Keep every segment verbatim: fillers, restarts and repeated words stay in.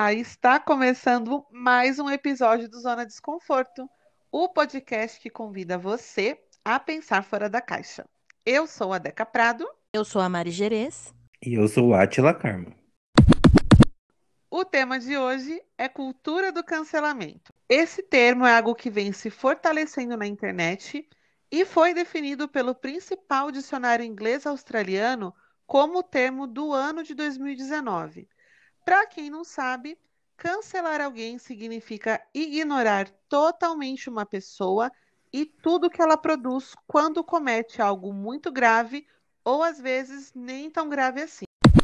Olá, está começando mais um episódio do Zona Desconforto, o podcast que convida você a pensar fora da caixa. Eu sou a Deca Prado. Eu sou a Mari Gerês. E eu sou o Átila Carmo. O tema de hoje é cultura do cancelamento. Esse termo é algo que vem se fortalecendo na internet e foi definido pelo principal dicionário inglês australiano como o termo do ano de dois mil e dezenove. Para quem não sabe, cancelar alguém significa ignorar totalmente uma pessoa e tudo que ela produz quando comete algo muito grave ou às vezes nem tão grave assim.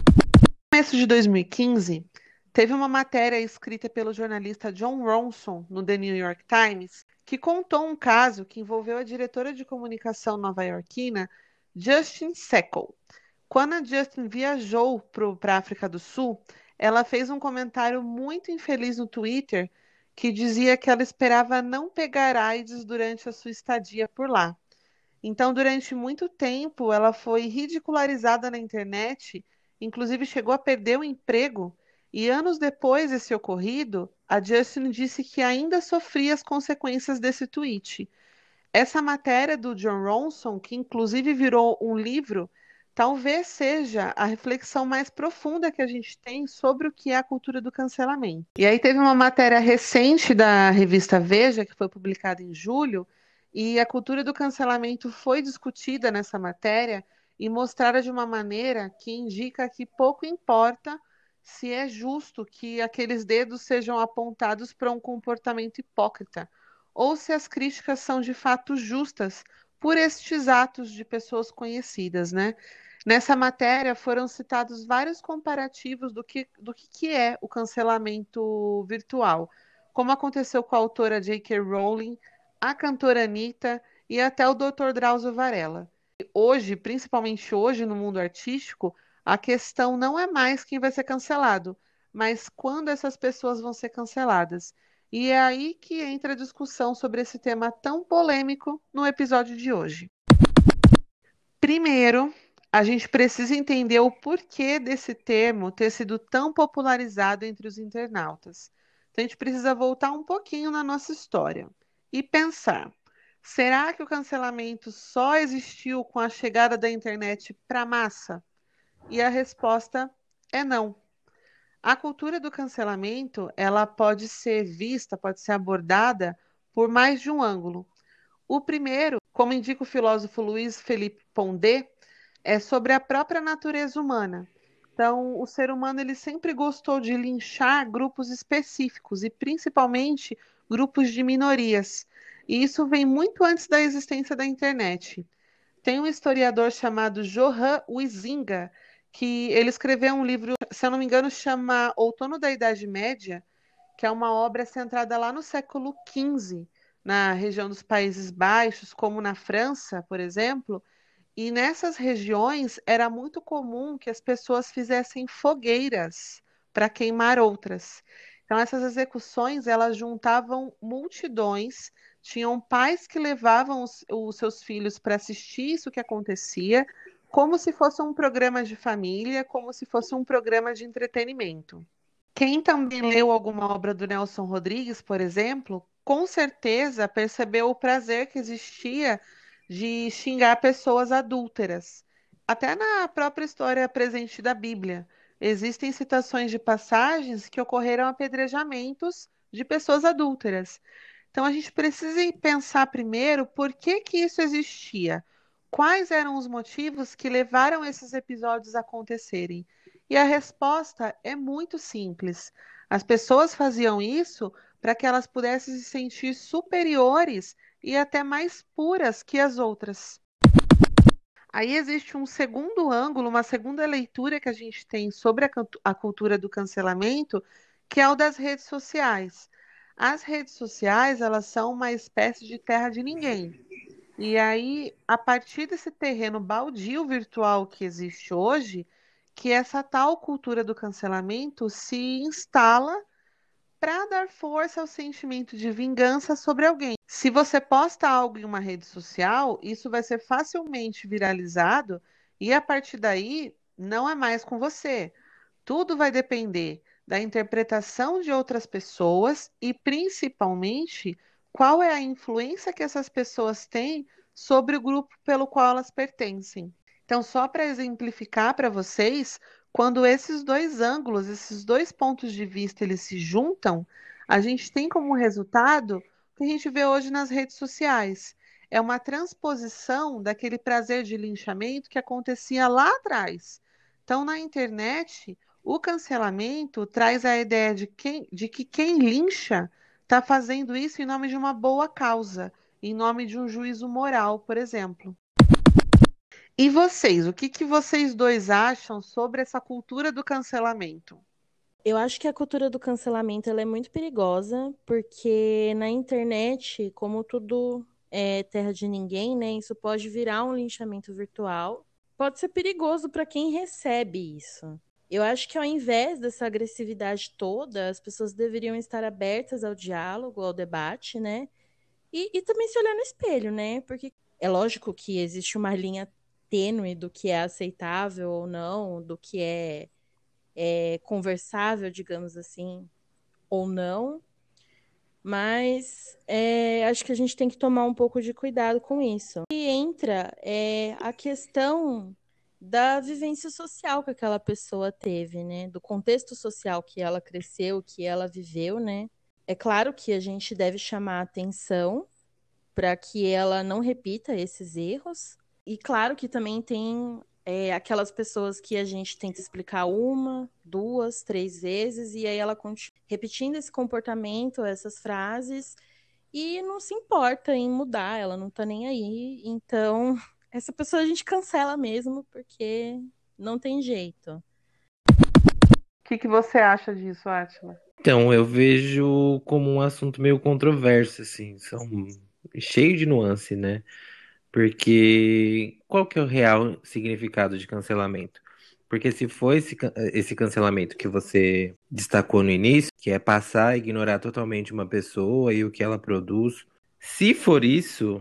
No começo de dois mil e quinze, teve uma matéria escrita pelo jornalista John Ronson no The New York Times que contou um caso que envolveu a diretora de comunicação nova-iorquina Justine Sacco. Quando a Justin viajou para a África do Sul, ela fez um comentário muito infeliz no Twitter que dizia que ela esperava não pegar AIDS durante a sua estadia por lá. Então, durante muito tempo, ela foi ridicularizada na internet, inclusive chegou a perder o emprego. E anos depois desse ocorrido, a Justin disse que ainda sofria as consequências desse tweet. Essa matéria do John Ronson, que inclusive virou um livro, talvez seja a reflexão mais profunda que a gente tem sobre o que é a cultura do cancelamento. E aí teve uma matéria recente da revista Veja, que foi publicada em julho, e a cultura do cancelamento foi discutida nessa matéria e mostrada de uma maneira que indica que pouco importa se é justo que aqueles dedos sejam apontados para um comportamento hipócrita ou se as críticas são de fato justas por estes atos de pessoas conhecidas, né? Nessa matéria foram citados vários comparativos do que, do que, que é o cancelamento virtual, como aconteceu com a autora J K. Rowling, a cantora Anitta e até o doutor Drauzio Varela. Hoje, principalmente hoje no mundo artístico, a questão não é mais quem vai ser cancelado, mas quando essas pessoas vão ser canceladas. E é aí que entra a discussão sobre esse tema tão polêmico no episódio de hoje. Primeiro, a gente precisa entender o porquê desse termo ter sido tão popularizado entre os internautas. Então, a gente precisa voltar um pouquinho na nossa história e pensar: será que o cancelamento só existiu com a chegada da internet para a massa? E a resposta é não. A cultura do cancelamento, ela pode ser vista, pode ser abordada por mais de um ângulo. O primeiro, como indica o filósofo Luiz Felipe Pondé, é sobre a própria natureza humana. Então, o ser humano ele sempre gostou de linchar grupos específicos e principalmente grupos de minorias. E isso vem muito antes da existência da internet. Tem um historiador chamado Johan Huizinga, que ele escreveu um livro, se eu não me engano, chama Outono da Idade Média, que é uma obra centrada lá no século quinze, na região dos Países Baixos, como na França, por exemplo. E nessas regiões era muito comum que as pessoas fizessem fogueiras para queimar outras. Então essas execuções elas juntavam multidões, tinham pais que levavam os, os seus filhos para assistir isso que acontecia, como se fosse um programa de família, como se fosse um programa de entretenimento. Quem também leu alguma obra do Nelson Rodrigues, por exemplo, com certeza percebeu o prazer que existia de xingar pessoas adúlteras. Até na própria história presente da Bíblia, existem citações de passagens que ocorreram apedrejamentos de pessoas adúlteras. Então a gente precisa pensar primeiro por que que isso existia. Quais eram os motivos que levaram esses episódios a acontecerem? E a resposta é muito simples. As pessoas faziam isso para que elas pudessem se sentir superiores e até mais puras que as outras. Aí existe um segundo ângulo, uma segunda leitura que a gente tem sobre a, cantu- a cultura do cancelamento, que é o das redes sociais. As redes sociais, elas são uma espécie de terra de ninguém. E aí, a partir desse terreno baldio virtual que existe hoje, que essa tal cultura do cancelamento se instala para dar força ao sentimento de vingança sobre alguém. Se você posta algo em uma rede social, isso vai ser facilmente viralizado e a partir daí não é mais com você. Tudo vai depender da interpretação de outras pessoas e, principalmente, qual é a influência que essas pessoas têm sobre o grupo pelo qual elas pertencem. Então, só para exemplificar para vocês, quando esses dois ângulos, esses dois pontos de vista, eles se juntam, a gente tem como resultado o que a gente vê hoje nas redes sociais. É uma transposição daquele prazer de linchamento que acontecia lá atrás. Então, na internet, o cancelamento traz a ideia de, quem, de que quem lincha está fazendo isso em nome de uma boa causa, em nome de um juízo moral, por exemplo. E vocês, o que que vocês dois acham sobre essa cultura do cancelamento? Eu acho que a cultura do cancelamento ela é muito perigosa, porque na internet, como tudo é terra de ninguém, né? Isso pode virar um linchamento virtual. Pode ser perigoso para quem recebe isso. Eu acho que ao invés dessa agressividade toda, as pessoas deveriam estar abertas ao diálogo, ao debate, né? E, e também se olhar no espelho, né? Porque é lógico que existe uma linha tênue do que é aceitável ou não, do que é, é conversável, digamos assim, ou não. Mas é, acho que a gente tem que tomar um pouco de cuidado com isso. E entra é, a questão da vivência social que aquela pessoa teve, né? Do contexto social que ela cresceu, que ela viveu, né? É claro que a gente deve chamar a atenção para que ela não repita esses erros. E claro que também tem é, aquelas pessoas que a gente tenta explicar uma, duas, três vezes, e aí ela continua repetindo esse comportamento, essas frases, e não se importa em mudar, ela não tá nem aí. Então, essa pessoa a gente cancela mesmo, porque não tem jeito. O que que você acha disso, Átila? Então, eu vejo como um assunto meio controverso, assim, são cheio de nuance, né? Porque qual que é o real significado de cancelamento? Porque se for esse, can- esse cancelamento que você destacou no início, que é passar a ignorar totalmente uma pessoa e o que ela produz, se for isso,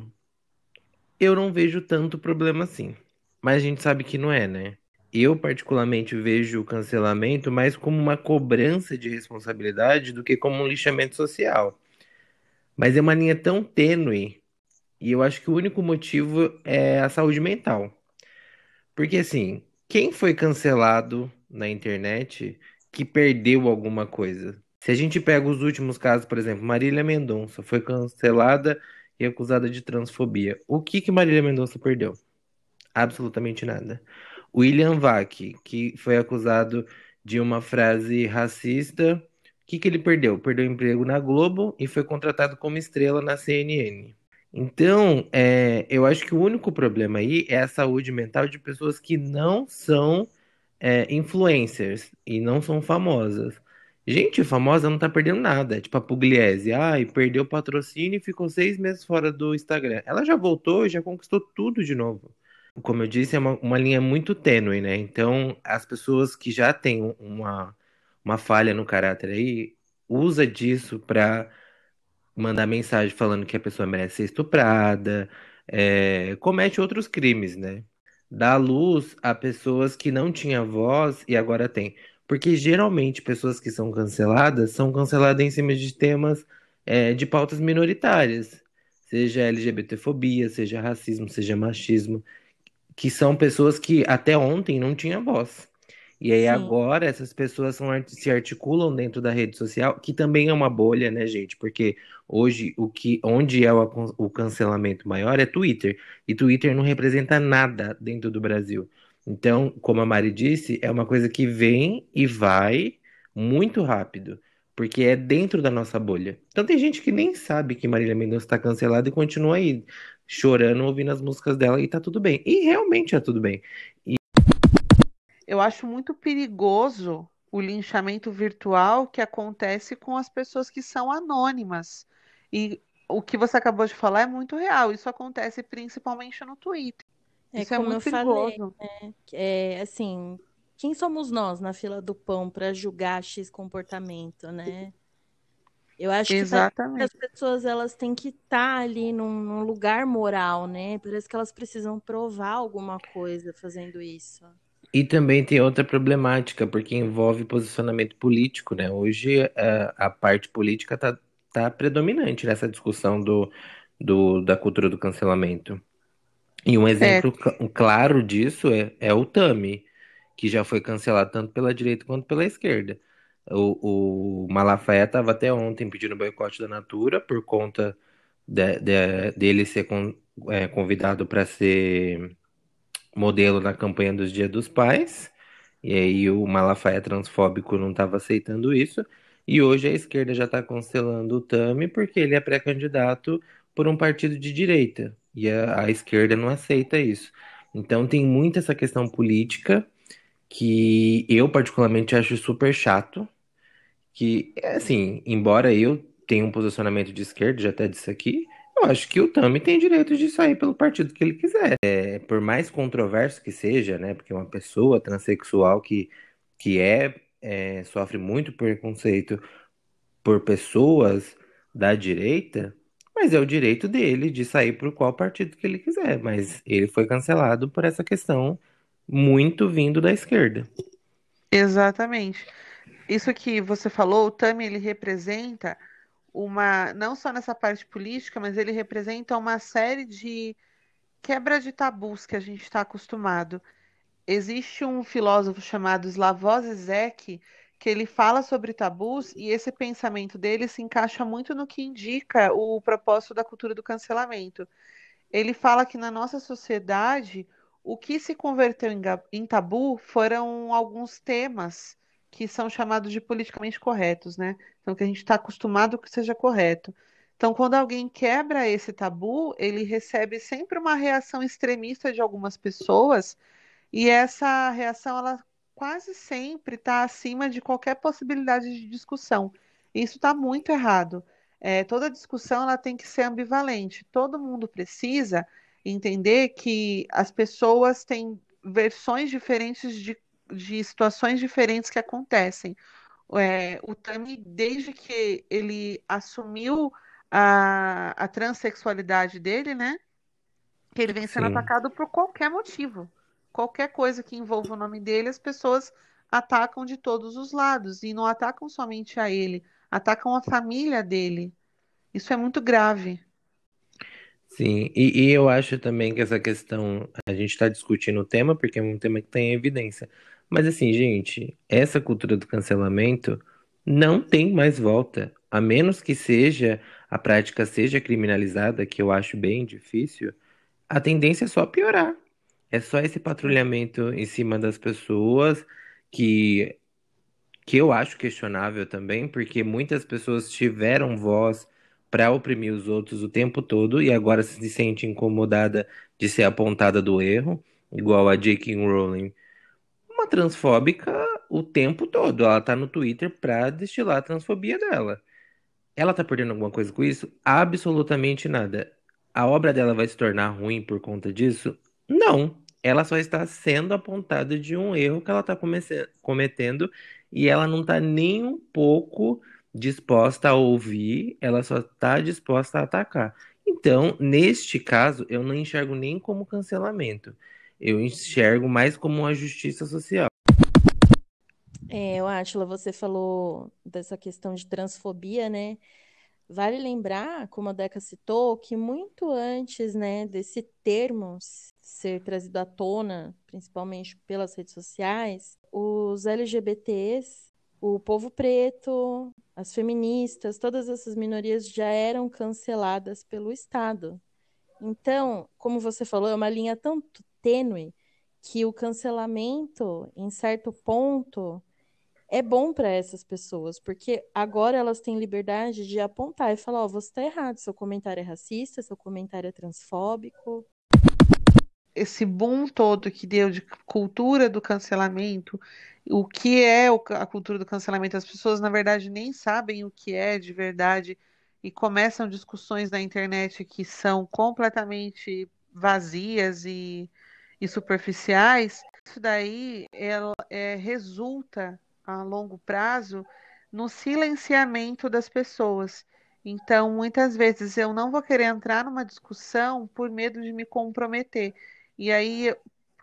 eu não vejo tanto problema assim. Mas a gente sabe que não é, né? Eu, particularmente, vejo o cancelamento mais como uma cobrança de responsabilidade do que como um lixamento social. Mas é uma linha tão tênue, e eu acho que o único motivo é a saúde mental. Porque, assim, quem foi cancelado na internet que perdeu alguma coisa? Se a gente pega os últimos casos, por exemplo, Marília Mendonça foi cancelada e acusada de transfobia. O que que Marília Mendonça perdeu? Absolutamente nada. William Vac, que foi acusado de uma frase racista, o que que ele perdeu? Perdeu o emprego na Globo e foi contratado como estrela na C N N. Então, é, eu acho que o único problema aí é a saúde mental de pessoas que não são é, influencers e não são famosas. Gente famosa não tá perdendo nada. Tipo a Pugliese. Ai, perdeu o patrocínio e ficou seis meses fora do Instagram. Ela já voltou e já conquistou tudo de novo. Como eu disse, é uma, uma linha muito tênue, né? Então, as pessoas que já têm um- uma, uma falha no caráter aí, usa disso pra mandar mensagem falando que a pessoa merece ser estuprada, é, comete outros crimes, né? Dá luz a pessoas que não tinham voz e agora tem. Porque geralmente pessoas que são canceladas são canceladas em cima de temas, é, de pautas minoritárias, seja LGBTfobia, seja racismo, seja machismo, que são pessoas que até ontem não tinham voz. E aí Sim, agora essas pessoas são, art- se articulam dentro da rede social, que também é uma bolha, né, gente? Porque hoje o que, onde é o, acon- o cancelamento maior é Twitter. E Twitter não representa nada dentro do Brasil. Então, como a Mari disse, é uma coisa que vem e vai muito rápido. Porque é dentro da nossa bolha. Então tem gente que nem sabe que Marília Mendonça está cancelada e continua aí chorando, ouvindo as músicas dela e tá tudo bem. E realmente é tudo bem. Eu acho muito perigoso o linchamento virtual que acontece com as pessoas que são anônimas. E o que você acabou de falar é muito real. Isso acontece principalmente no Twitter. é Isso é como eu muito falei, perigoso. é assim, quem somos nós na fila do pão para julgar X comportamento, né? Eu acho que parece que as Exatamente. pessoas elas têm que estar ali num, num lugar moral, né? Parece que elas precisam provar alguma coisa fazendo isso. E também tem outra problemática, porque envolve posicionamento político, né? Hoje a, a parte política está tá tá predominante nessa discussão do, do, da cultura do cancelamento. E um É, exemplo cl- claro disso é, é o Tami, que já foi cancelado tanto pela direita quanto pela esquerda. O, o Malafaia estava até ontem pedindo boicote da Natura por conta de- de- dele ser con- é, convidado para ser modelo na campanha dos Dia dos Pais. E aí o Malafaia transfóbico não estava aceitando isso. E hoje a esquerda já está cancelando o Tami porque ele é pré-candidato por um partido de direita. E a, a esquerda não aceita isso. Então tem muito essa questão política que eu particularmente acho super chato. Que, é assim, embora eu tenha um posicionamento de esquerda, já até disse aqui, eu acho que o Tami tem direito de sair pelo partido que ele quiser. É, por mais controverso que seja, né? Porque uma pessoa transexual que, que é, é, sofre muito preconceito por pessoas da direita, mas é o direito dele de sair por qual partido que ele quiser. Mas ele foi cancelado por essa questão muito vindo da esquerda. exatamente. Isso que você falou, o Tami, ele representa uma, não só nessa parte política, mas ele representa uma série de quebra de tabus que a gente está acostumado. Existe um filósofo chamado Slavoj Zizek que ele fala sobre tabus e esse pensamento dele se encaixa muito no que indica o propósito da cultura do cancelamento. Ele fala que na nossa sociedade o que se converteu em, ga- em tabu foram alguns temas que são chamados de politicamente corretos, né? Então, que a gente está acostumado que seja correto. Então, quando alguém quebra esse tabu, ele recebe sempre uma reação extremista de algumas pessoas e essa reação, ela quase sempre está acima de qualquer possibilidade de discussão. Isso está muito errado. É, toda discussão ela tem que ser ambivalente. Todo mundo precisa entender que as pessoas têm versões diferentes de, de situações diferentes que acontecem. É, o Tami, desde que ele assumiu a, a transexualidade dele, né? Que ele vem sendo Sim. atacado por qualquer motivo. Qualquer coisa que envolva o nome dele, as pessoas atacam de todos os lados. E não atacam somente a ele, atacam a família dele. Isso é muito grave. Sim, e, e eu acho também que essa questão, a gente está discutindo o tema porque é um tema que tem evidência. Mas assim, gente, essa cultura do cancelamento não tem mais volta, a menos que seja, a prática seja criminalizada, que eu acho bem difícil, a tendência é só piorar. É só esse patrulhamento em cima das pessoas que que eu acho questionável também, porque muitas pessoas tiveram voz para oprimir os outros o tempo todo e agora se sente incomodada de ser apontada do erro, igual a J K. Rowling, uma transfóbica o tempo todo. Ela tá no Twitter pra destilar a transfobia dela. Ela tá perdendo alguma coisa com isso? Absolutamente nada. A obra dela vai se tornar ruim por conta disso? Não. Ela só está sendo apontada de um erro que ela está cometendo e ela não está nem um pouco disposta a ouvir, ela só está disposta a atacar. Então, neste caso, eu não enxergo nem como cancelamento. Eu enxergo mais como uma justiça social. É, eu Átila, você falou dessa questão de transfobia, né? Vale lembrar, como a Deca citou, que muito antes, né, desse termo ser trazido à tona, principalmente pelas redes sociais, os L G B T s, o povo preto, as feministas, todas essas minorias já eram canceladas pelo Estado. Então, como você falou, é uma linha tão tênue que o cancelamento, em certo ponto, é bom para essas pessoas, porque agora elas têm liberdade de apontar e falar: Ó, você está errado, seu comentário é racista, seu comentário é transfóbico. Esse boom todo que deu de cultura do cancelamento, o que é o ca- a cultura do cancelamento? As pessoas, na verdade, nem sabem o que é de verdade e começam discussões na internet que são completamente vazias e, e superficiais. Isso daí ela, é, resulta a longo prazo no silenciamento das pessoas. Então, muitas vezes eu não vou querer entrar numa discussão por medo de me comprometer. E aí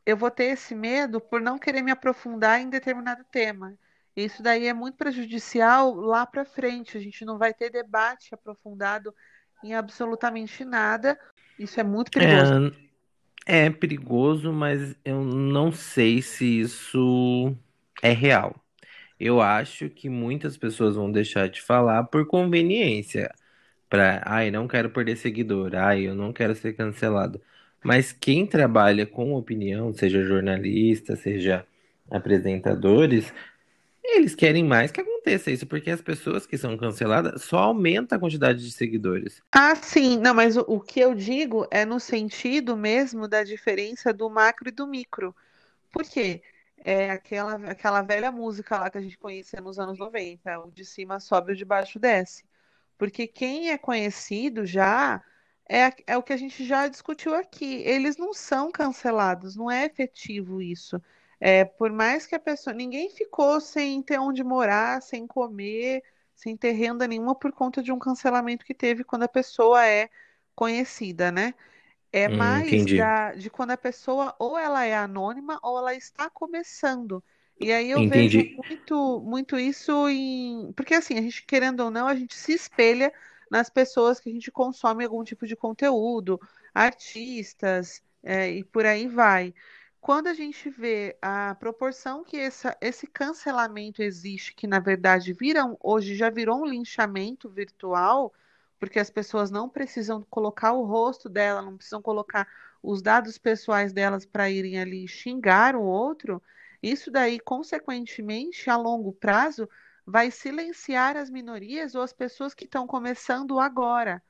eu vou ter esse medo por não querer me aprofundar em determinado tema. Isso daí é muito prejudicial lá para frente. A gente não vai ter debate aprofundado em absolutamente nada. Isso é muito perigoso. É, é perigoso, mas eu não sei se isso é real. Eu acho que muitas pessoas vão deixar de falar por conveniência. Pra, ai, não quero perder seguidor, ai, eu não quero ser cancelado. Mas quem trabalha com opinião, seja jornalista, seja apresentadores, eles querem mais que aconteça isso, porque as pessoas que são canceladas só aumenta a quantidade de seguidores. Ah, sim, não, mas o, o que eu digo é no sentido mesmo da diferença do macro e do micro. Por quê? É aquela, aquela velha música lá que a gente conhecia nos anos noventa, o de cima sobe, o de baixo desce. Porque quem é conhecido já é, a- é o que a gente já discutiu aqui. Eles não são cancelados, não é efetivo isso. É, por mais que a pessoa. Ninguém ficou sem ter onde morar, sem comer, sem ter renda nenhuma por conta de um cancelamento que teve quando a pessoa é conhecida, né? É Hum, mais entendi. da, de quando a pessoa ou ela é anônima ou ela está começando. E aí eu vejo Entendi. muito, muito isso em. Porque assim, a gente, querendo ou não, a gente se espelha nas pessoas que a gente consome algum tipo de conteúdo, artistas, é, e por aí vai. Quando a gente vê a proporção que essa, esse cancelamento existe, que na verdade viram, hoje já virou um linchamento virtual porque as pessoas não precisam colocar o rosto dela, não precisam colocar os dados pessoais delas para irem ali xingar o outro, isso daí, consequentemente, a longo prazo, vai silenciar as minorias ou as pessoas que estão começando agora.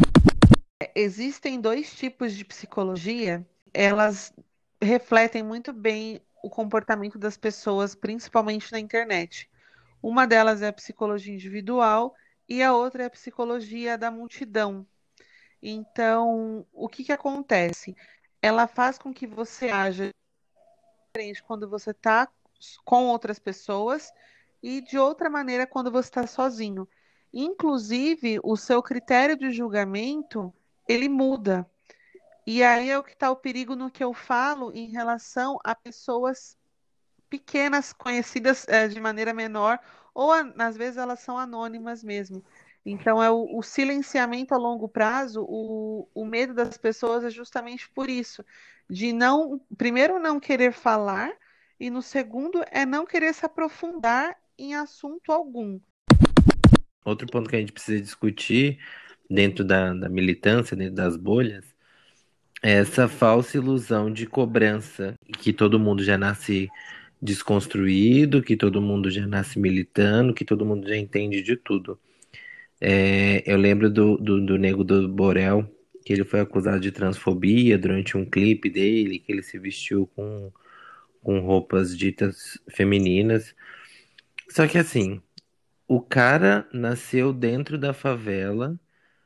Existem dois tipos de psicologia, elas refletem muito bem o comportamento das pessoas, principalmente na internet. Uma delas é a psicologia individual e a outra é a psicologia da multidão. Então, o que que acontece? Ela faz com que você haja diferente quando você está com outras pessoas e de outra maneira quando você está sozinho. Inclusive, o seu critério de julgamento, ele muda. E aí é o que está o perigo no que eu falo em relação a pessoas pequenas, conhecidas eh, de maneira menor, ou a- às vezes elas são anônimas mesmo. Então, é o, o silenciamento a longo prazo, o, o medo das pessoas é justamente por isso, de não, primeiro, não querer falar, e no segundo, é não querer se aprofundar em assunto algum. Outro ponto que a gente precisa discutir dentro da, da militância, dentro das bolhas, é essa falsa ilusão de cobrança, que todo mundo já nasce desconstruído, que todo mundo já nasce militando, que todo mundo já entende de tudo. É, eu lembro do, do, do Nego do Borel, que ele foi acusado de transfobia durante um clipe dele, que ele se vestiu com, com roupas ditas femininas. Só que assim, o cara nasceu dentro da favela,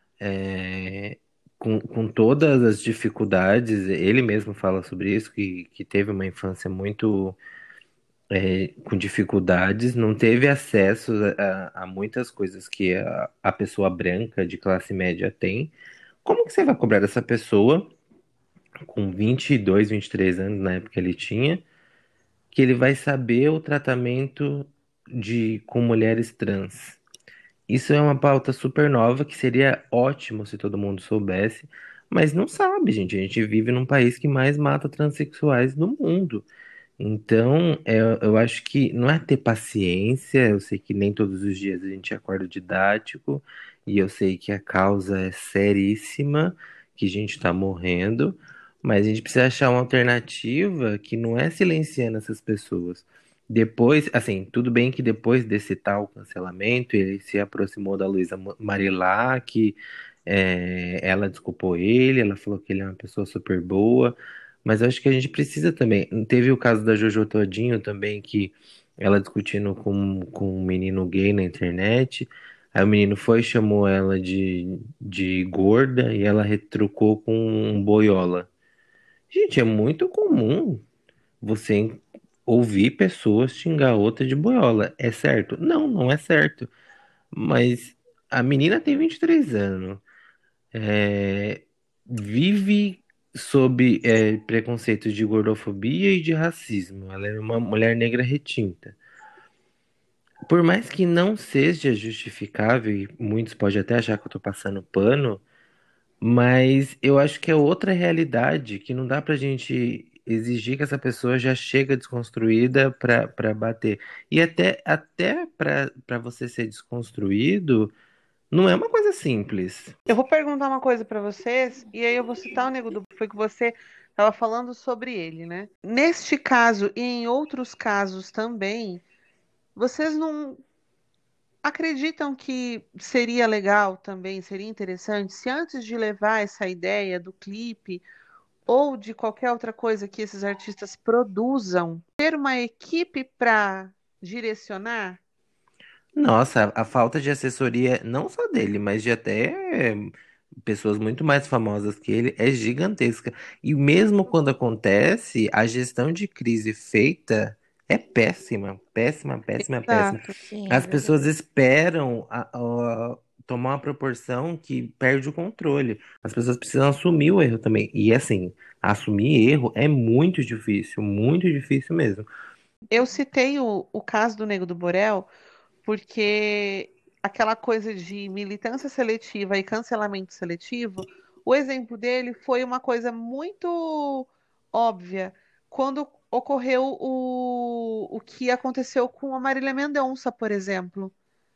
é, com, com todas as dificuldades, ele mesmo fala sobre isso, que, que teve uma infância muito é, com dificuldades, não teve acesso a, a muitas coisas que a, a pessoa branca de classe média tem. Como que você vai cobrar dessa pessoa com vinte vinte e dois vinte e três anos, na época que ele tinha, que ele vai saber o tratamento de com mulheres trans? Isso é uma pauta super nova que seria ótimo se todo mundo soubesse, mas não sabe, gente. A gente vive num país que mais mata transexuais no mundo. Então, eu, eu acho que não é ter paciência, eu sei que nem todos os dias a gente acorda didático, e eu sei que a causa é seríssima, que a gente está morrendo, mas a gente precisa achar uma alternativa que não é silenciando essas pessoas. Depois, assim, tudo bem que depois desse tal cancelamento, ele se aproximou da Luísa Marilac, é, ela desculpou ele, ela falou que ele é uma pessoa super boa, mas eu acho que a gente precisa também. Teve o caso da Jojo Todinho também, que ela discutindo com, com um menino gay na internet. Aí o menino foi e chamou ela de, de gorda e ela retrucou com um boiola. Gente, é muito comum você ouvir pessoas xingar outra de boiola. É certo? Não, não é certo. Mas a menina tem vinte e três anos, é, vive sob é, preconceitos de gordofobia e de racismo. Ela é uma mulher negra retinta. Por mais que não seja justificável, e muitos podem até achar que eu tô passando pano, mas eu acho que é outra realidade que não dá pra gente exigir que essa pessoa já chega desconstruída pra para bater. E até até pra para você ser desconstruído, não é uma coisa simples. Eu vou perguntar uma coisa pra vocês, e aí eu vou citar o Nego do foi que você estava falando sobre ele, né? Neste caso e em outros casos também, vocês não acreditam que seria legal também, seria interessante, se antes de levar essa ideia do clipe ou de qualquer outra coisa que esses artistas produzam, ter uma equipe para direcionar? Nossa, a, a falta de assessoria, não só dele, mas de até eh, pessoas muito mais famosas que ele, é gigantesca. E mesmo quando acontece, a gestão de crise feita é péssima, péssima, péssima, péssima. Exato. Sim, é As pessoas verdade. esperam a- a- tomar uma proporção que perde o controle. As pessoas precisam assumir o erro também. E assim, assumir erro é muito difícil, muito difícil mesmo. Eu citei o, o caso do Nego do Borel porque aquela coisa de militância seletiva e cancelamento seletivo, o exemplo dele foi uma coisa muito óbvia quando ocorreu o, o que aconteceu com a Marília Mendonça, por exemplo.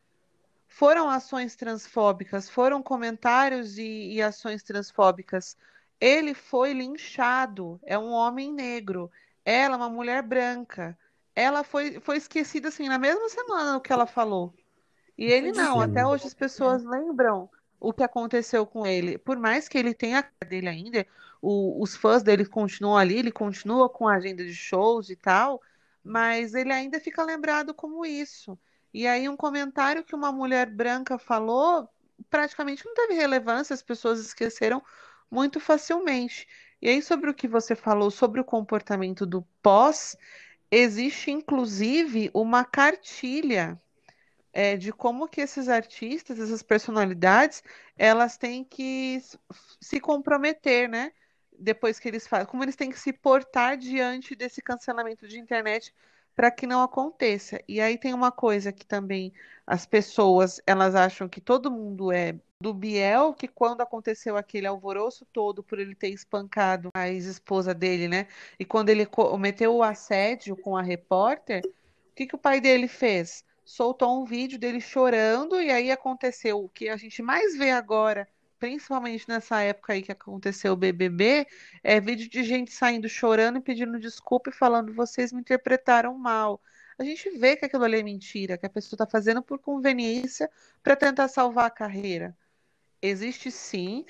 Foram ações transfóbicas, foram comentários e, e ações transfóbicas. Ele foi linchado, é um homem negro. Ela, é uma mulher branca. Ela foi, foi esquecida assim na mesma semana o que ela falou. E ele não, até Sim. hoje as pessoas lembram o que aconteceu com ele. Por mais que ele tenha a cara dele ainda, o- os fãs dele continuam ali, ele continua com a agenda de shows e tal, mas ele ainda fica lembrado como isso. E aí um comentário que uma mulher branca falou praticamente não teve relevância, as pessoas esqueceram muito facilmente. E aí sobre o que você falou sobre o comportamento do pós, existe inclusive uma cartilha é, de como que esses artistas, essas personalidades, elas têm que s- se comprometer, né? Depois que eles fazem, como eles têm que se portar diante desse cancelamento de internet para que não aconteça. E aí tem uma coisa que também as pessoas, elas acham que todo mundo é do Biel, que quando aconteceu aquele alvoroço todo por ele ter espancado a ex-esposa dele, né? E quando ele cometeu o assédio com a repórter, o que que o pai dele fez? Soltou um vídeo dele chorando, e aí aconteceu o que a gente mais vê agora, principalmente nessa época aí que aconteceu o B B B, é vídeo de gente saindo chorando e pedindo desculpa e falando: vocês me interpretaram mal. A gente vê que aquilo ali é mentira, que a pessoa está fazendo por conveniência para tentar salvar a carreira. Existe sim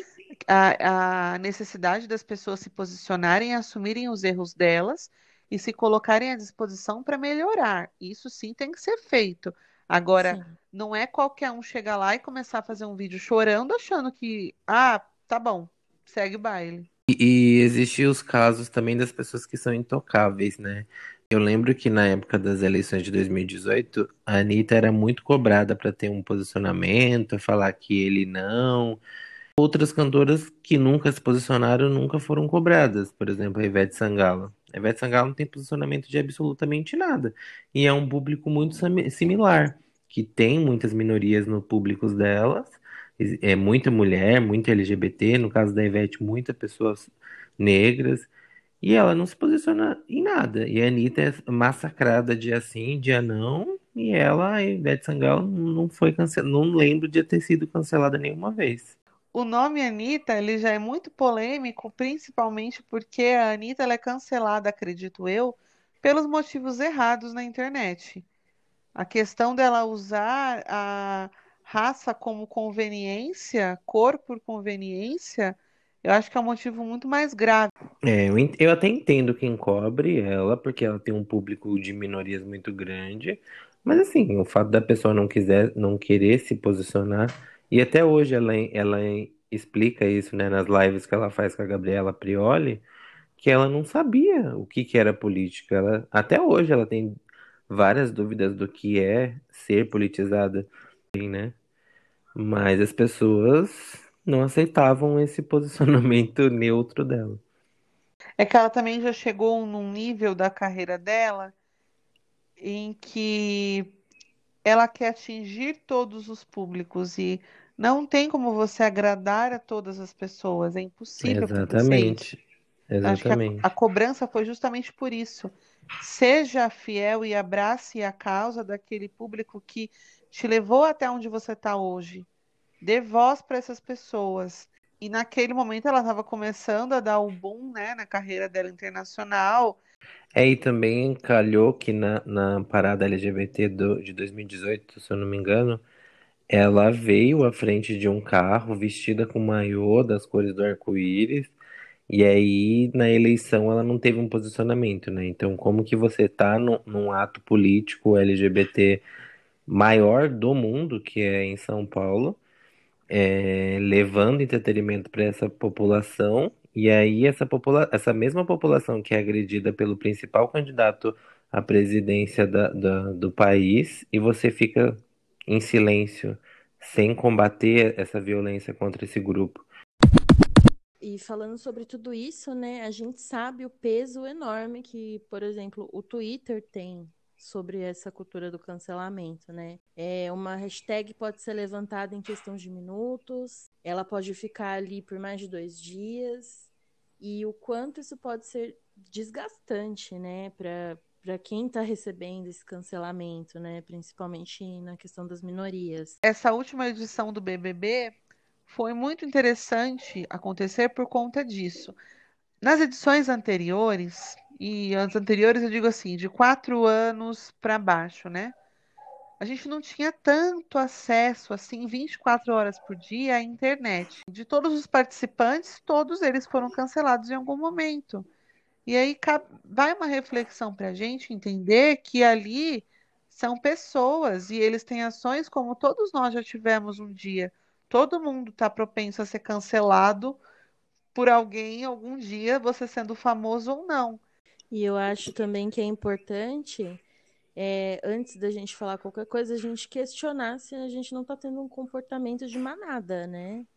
a, a necessidade das pessoas se posicionarem, assumirem os erros delas e se colocarem à disposição para melhorar. Isso sim tem que ser feito. Agora, Sim. não é qualquer um chegar lá e começar a fazer um vídeo chorando, achando que, ah, tá bom, segue o baile. E, e existem os casos também das pessoas que são intocáveis, né? Eu lembro que na época das eleições de dois mil e dezoito, a Anitta era muito cobrada para ter um posicionamento, falar que ele não. Outras cantoras que nunca se posicionaram nunca foram cobradas. Por exemplo, a Ivete Sangalo. A Ivete Sangalo não tem posicionamento de absolutamente nada. E é um público muito sami- similar, que tem muitas minorias no público delas. É muita mulher, muito L G B T, no caso da Ivete, muitas pessoas negras. E ela não se posiciona em nada. E a Anitta é massacrada dia sim, dia não. E ela, a Ivete Sangalo, não foi cancelada. Não lembro de ter sido cancelada nenhuma vez. O nome Anitta, ele já é muito polêmico, principalmente porque a Anitta ela é cancelada, acredito eu, pelos motivos errados na internet. A questão dela usar a raça como conveniência, cor por conveniência, eu acho que é um motivo muito mais grave. É, eu, en- eu até entendo quem cobre ela, porque ela tem um público de minorias muito grande. Mas assim, o fato da pessoa não quiser, não querer se posicionar, e até hoje ela, ela explica isso, né, nas lives que ela faz com a Gabriela Prioli, que ela não sabia o que que era política. Ela, até hoje ela tem várias dúvidas do que é ser politizada, né? Mas as pessoas não aceitavam esse posicionamento neutro dela. É que ela também já chegou num nível da carreira dela em que ela quer atingir todos os públicos e não tem como você agradar a todas as pessoas, é impossível acontecer isso. Exatamente. Então, acho que a, a Exatamente. cobrança foi justamente por isso. Seja fiel e abrace a causa daquele público que te levou até onde você está hoje. Dê voz para essas pessoas. E naquele momento ela estava começando a dar o boom, né, na carreira dela internacional. É, e também calhou que na, na parada L G B T do, de dois mil e dezoito, se eu não me engano, ela veio à frente de um carro vestida com maiô das cores do arco-íris, e aí na eleição ela não teve um posicionamento, né? Então, como que você tá no, num ato político L G B T maior do mundo, que é em São Paulo, é, levando entretenimento para essa população, e aí essa, popula essa mesma população que é agredida pelo principal candidato à presidência da, da- do país, e você fica em silêncio, sem combater essa violência contra esse grupo. E falando sobre tudo isso, né, a gente sabe o peso enorme que, por exemplo, o Twitter tem sobre essa cultura do cancelamento, né? É, uma hashtag pode ser levantada em questão de minutos, ela pode ficar ali por mais de dois dias, e o quanto isso pode ser desgastante, né, para para quem está recebendo esse cancelamento, né, principalmente na questão das minorias. Essa última edição do B B B foi muito interessante acontecer por conta disso. Nas edições anteriores, e as anteriores eu digo assim, de quatro anos para baixo, né? A gente não tinha tanto acesso assim, vinte e quatro horas por dia à internet. De todos os participantes, todos eles foram cancelados em algum momento. E aí ca- vai uma reflexão para a gente entender que ali são pessoas e eles têm ações como todos nós já tivemos um dia. Todo mundo está propenso a ser cancelado por alguém algum dia, você sendo famoso ou não. E eu acho também que é importante, é, antes da gente falar qualquer coisa, a gente questionar se a gente não está tendo um comportamento de manada, né?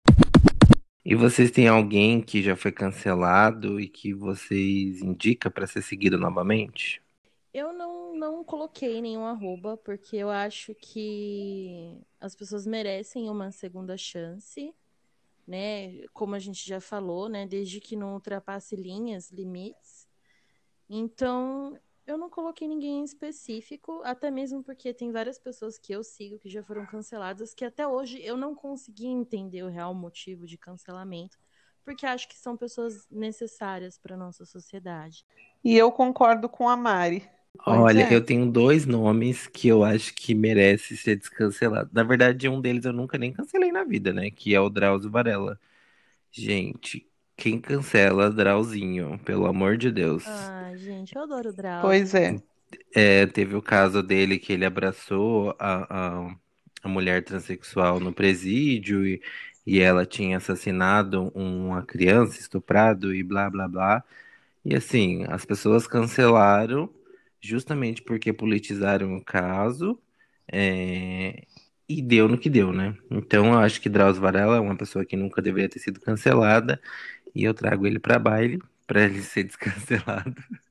E vocês têm alguém que já foi cancelado e que vocês indicam para ser seguido novamente? Eu não, não coloquei nenhum arroba, porque eu acho que as pessoas merecem uma segunda chance, né? Como a gente já falou, né? Desde que não ultrapasse linhas, limites. Então, eu não coloquei ninguém em específico, até mesmo porque tem várias pessoas que eu sigo que já foram canceladas, que até hoje eu não consegui entender o real motivo de cancelamento, porque acho que são pessoas necessárias para nossa sociedade. E eu concordo com a Mari. Pois Olha, é. eu tenho dois nomes que eu acho que merece ser descancelado. Na verdade, um deles eu nunca nem cancelei na vida, né? Que é o Drauzio Varela. Gente, quem cancela Drauzinho, pelo amor de Deus. Ai, gente, eu adoro o Pois Drauzio. é. É, teve o caso dele que ele abraçou a, a, a mulher transexual no presídio e, e ela tinha assassinado uma criança, estuprado e blá blá blá. E assim, as pessoas cancelaram justamente porque politizaram o caso, é, e deu no que deu, né? Então eu acho que Drauzio Varela é uma pessoa que nunca deveria ter sido cancelada e eu trago ele para baile para ele ser descancelado.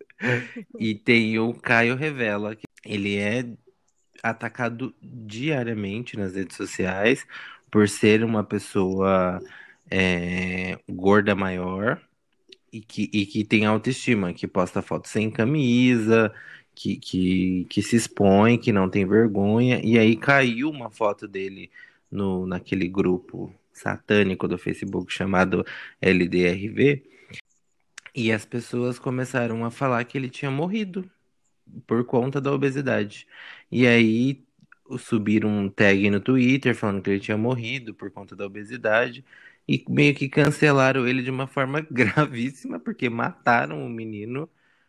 E tem o Caio Revela, que ele é atacado diariamente nas redes sociais por ser uma pessoa é, gorda maior e que, e que tem autoestima, que posta foto sem camisa, que, que, que se expõe, que não tem vergonha. E aí caiu uma foto dele no, naquele grupo satânico do Facebook chamado L D R V, e as pessoas começaram a falar que ele tinha morrido por conta da obesidade. E aí subiram um tag no Twitter falando que ele tinha morrido por conta da obesidade. E meio que cancelaram ele de uma forma gravíssima, porque mataram o menino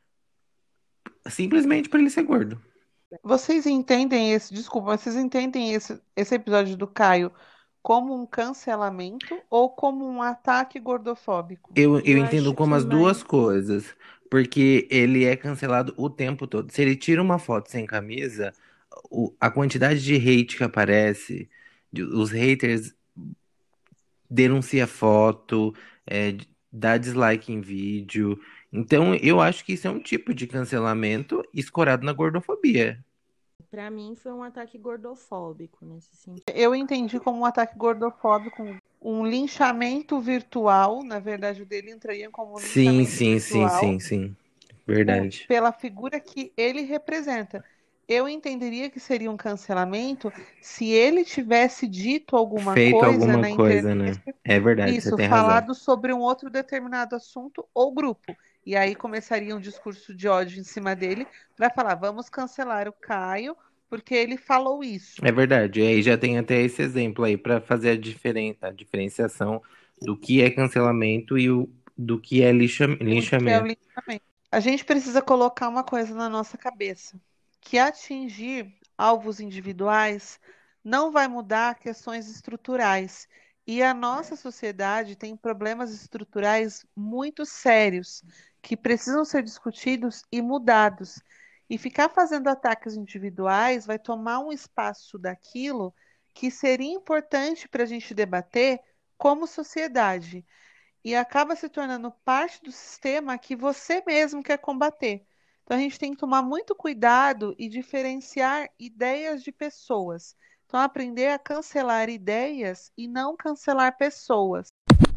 simplesmente por ele ser gordo. Vocês entendem esse, desculpa, vocês entendem esse, esse episódio do Caio como um cancelamento ou como um ataque gordofóbico? Eu, eu Eu entendo acho como que as duas mais. coisas, porque ele é cancelado o tempo todo. Se ele tira uma foto sem camisa, o- a quantidade de hate que aparece, de- os haters denuncia foto, é, dá dislike em vídeo. Então, eu acho que isso é um tipo de cancelamento escorado na gordofobia. Pra mim foi um ataque gordofóbico nesse sentido. Eu entendi como um ataque gordofóbico, um, um linchamento virtual. Na verdade, o dele entraria como um Sim, linchamento sim, sim, virtual sim, sim. por- Verdade. pela figura que ele representa. Eu entenderia que seria um cancelamento se ele tivesse dito alguma Feito coisa alguma na internet, coisa, né? É verdade, você isso, tem razão. falado sobre um outro determinado assunto ou grupo. E aí começaria um discurso de ódio em cima dele para falar, vamos cancelar o Caio porque ele falou isso. É verdade. E aí já tem até esse exemplo aí para fazer a, diferen a diferenciação do que é cancelamento e o, do que é lixa O que é o linchamento. linchamento. A gente precisa colocar uma coisa na nossa cabeça, que atingir alvos individuais não vai mudar questões estruturais. E a nossa sociedade tem problemas estruturais muito sérios que precisam ser discutidos e mudados. E ficar fazendo ataques individuais vai tomar um espaço daquilo que seria importante para a gente debater como sociedade e acaba se tornando parte do sistema que você mesmo quer combater. Então a gente tem que tomar muito cuidado e diferenciar ideias de pessoas. Então aprender a cancelar ideias e não cancelar pessoas.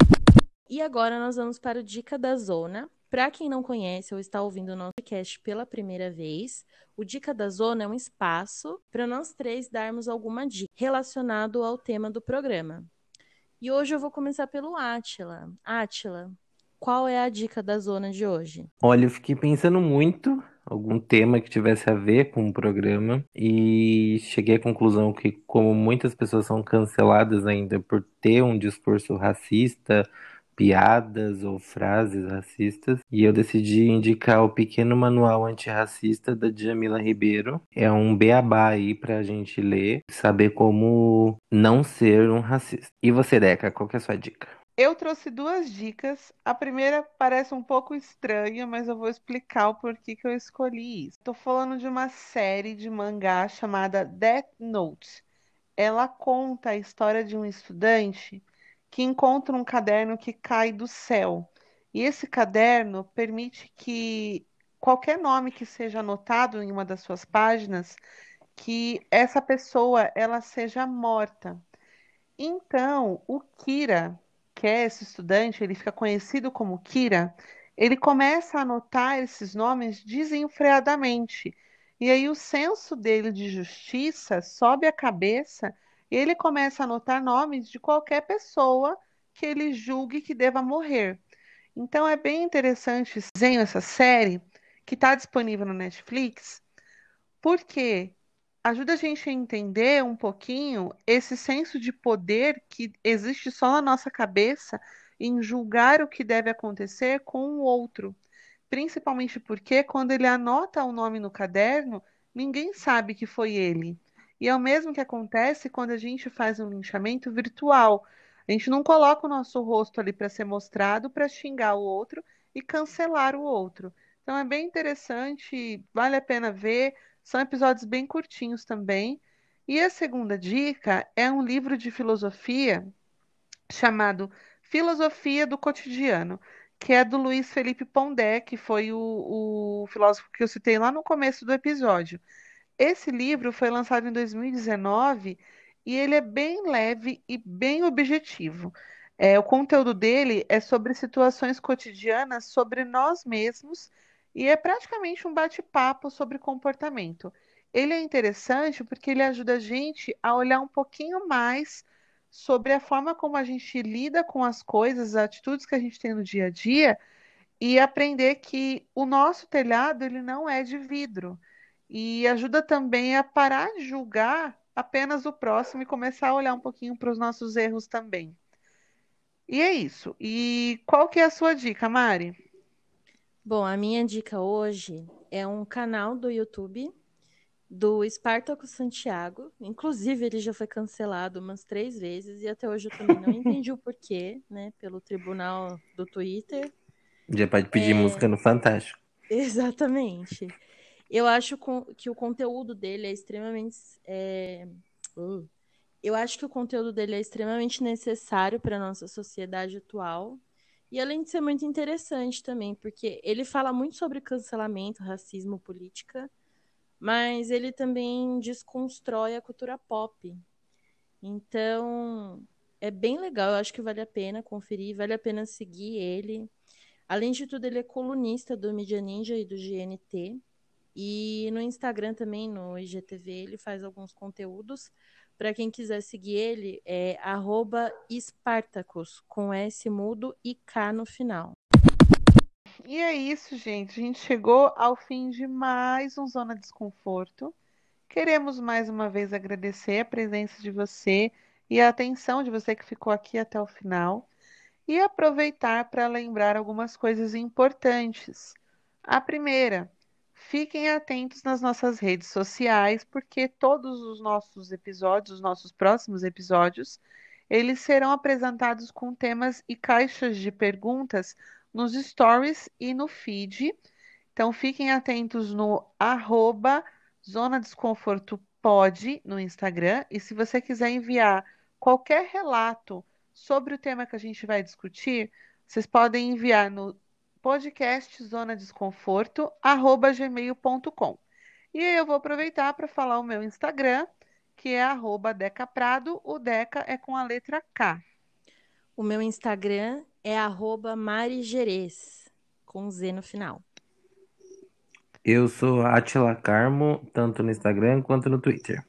E agora nós vamos para o Dica da Zona. Para quem não conhece ou está ouvindo o nosso podcast pela primeira vez, o Dica da Zona é um espaço para nós três darmos alguma dica relacionado ao tema do programa. E hoje eu vou começar pelo Átila. Átila, qual é a dica da zona de hoje? Olha, eu fiquei pensando muito algum tema que tivesse a ver com o programa e cheguei à conclusão que, como muitas pessoas são canceladas ainda por ter um discurso racista, piadas ou frases racistas, e eu decidi indicar o Pequeno Manual Antirracista da Djamila Ribeiro. É um beabá aí pra gente ler, saber como não ser um racista. E você, Deca, qual que é a sua dica? Eu trouxe duas dicas. A primeira parece um pouco estranha, mas eu vou explicar o porquê que eu escolhi isso. Estou falando de uma série de mangá chamada Death Note. Ela conta a história de um estudante que encontra um caderno que cai do céu. E esse caderno permite que qualquer nome que seja anotado em uma das suas páginas, que essa pessoa ela seja morta. Então, o Kira, que é esse estudante, ele fica conhecido como Kira, ele começa a anotar esses nomes desenfreadamente. E aí o senso dele de justiça sobe a cabeça e ele começa a anotar nomes de qualquer pessoa que ele julgue que deva morrer. Então é bem interessante esse desenho, essa série, que está disponível no Netflix, porque ajuda a gente a entender um pouquinho esse senso de poder que existe só na nossa cabeça em julgar o que deve acontecer com o outro. Principalmente porque quando ele anota o nome no caderno, ninguém sabe que foi ele. E é o mesmo que acontece quando a gente faz um linchamento virtual. A gente não coloca o nosso rosto ali para ser mostrado para xingar o outro e cancelar o outro. Então é bem interessante, vale a pena ver. São episódios bem curtinhos também. E a segunda dica é um livro de filosofia chamado Filosofia do Cotidiano, que é do Luiz Felipe Pondé, que foi o, o filósofo que eu citei lá no começo do episódio. Esse livro foi lançado em dois mil e dezenove e ele é bem leve e bem objetivo. É, o conteúdo dele é sobre situações cotidianas, sobre nós mesmos, e é praticamente um bate-papo sobre comportamento. Ele é interessante porque ele ajuda a gente a olhar um pouquinho mais sobre a forma como a gente lida com as coisas, as atitudes que a gente tem no dia a dia e aprender que o nosso telhado ele não é de vidro. E ajuda também a parar de julgar apenas o próximo e começar a olhar um pouquinho para os nossos erros também. E é isso. E qual que é a sua dica, Mari? Bom, a minha dica hoje é um canal do YouTube do Espartaco Santiago. Inclusive, ele já foi cancelado umas três vezes e até hoje eu também não entendi o porquê, né? Pelo tribunal do Twitter. Já pode pedir música no Fantástico. Exatamente. Eu acho com- que o conteúdo dele é extremamente. é, uh, Eu acho que o conteúdo dele é extremamente necessário para a nossa sociedade atual. E além de ser muito interessante também, porque ele fala muito sobre cancelamento, racismo, política, mas ele também desconstrói a cultura pop. Então, é bem legal, eu acho que vale a pena conferir, vale a pena seguir ele. Além de tudo, ele é colunista do Mídia Ninja e do G N T. E no Instagram também, no I G T V, ele faz alguns conteúdos. Para quem quiser seguir ele, é arroba Spartacus, com S mudo e K no final. E é isso, gente. A gente chegou ao fim de mais um Zona Desconforto. Queremos mais uma vez agradecer a presença de você e a atenção de você que ficou aqui até o final. E aproveitar para lembrar algumas coisas importantes. A primeira, fiquem atentos nas nossas redes sociais, porque todos os nossos episódios, os nossos próximos episódios, eles serão apresentados com temas e caixas de perguntas nos stories e no feed. Então fiquem atentos no arroba Zona Desconforto Pod no Instagram. E se você quiser enviar qualquer relato sobre o tema que a gente vai discutir, vocês podem enviar no podcast zona desconforto arroba gmail ponto com. E eu vou aproveitar para falar o meu Instagram, que é arroba Deca Prado. O Deca é com a letra K. O meu Instagram é arroba marigerês, com Z no final. Eu sou Atila Carmo, tanto no Instagram quanto no Twitter.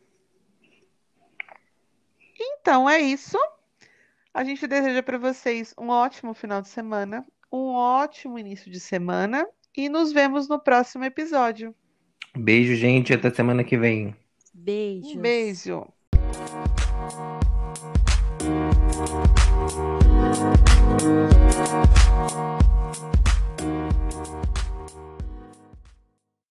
Então é isso. A gente deseja para vocês um ótimo final de semana, um ótimo início de semana e nos vemos no próximo episódio. Beijo, gente, até semana que vem. Beijos. Um beijo.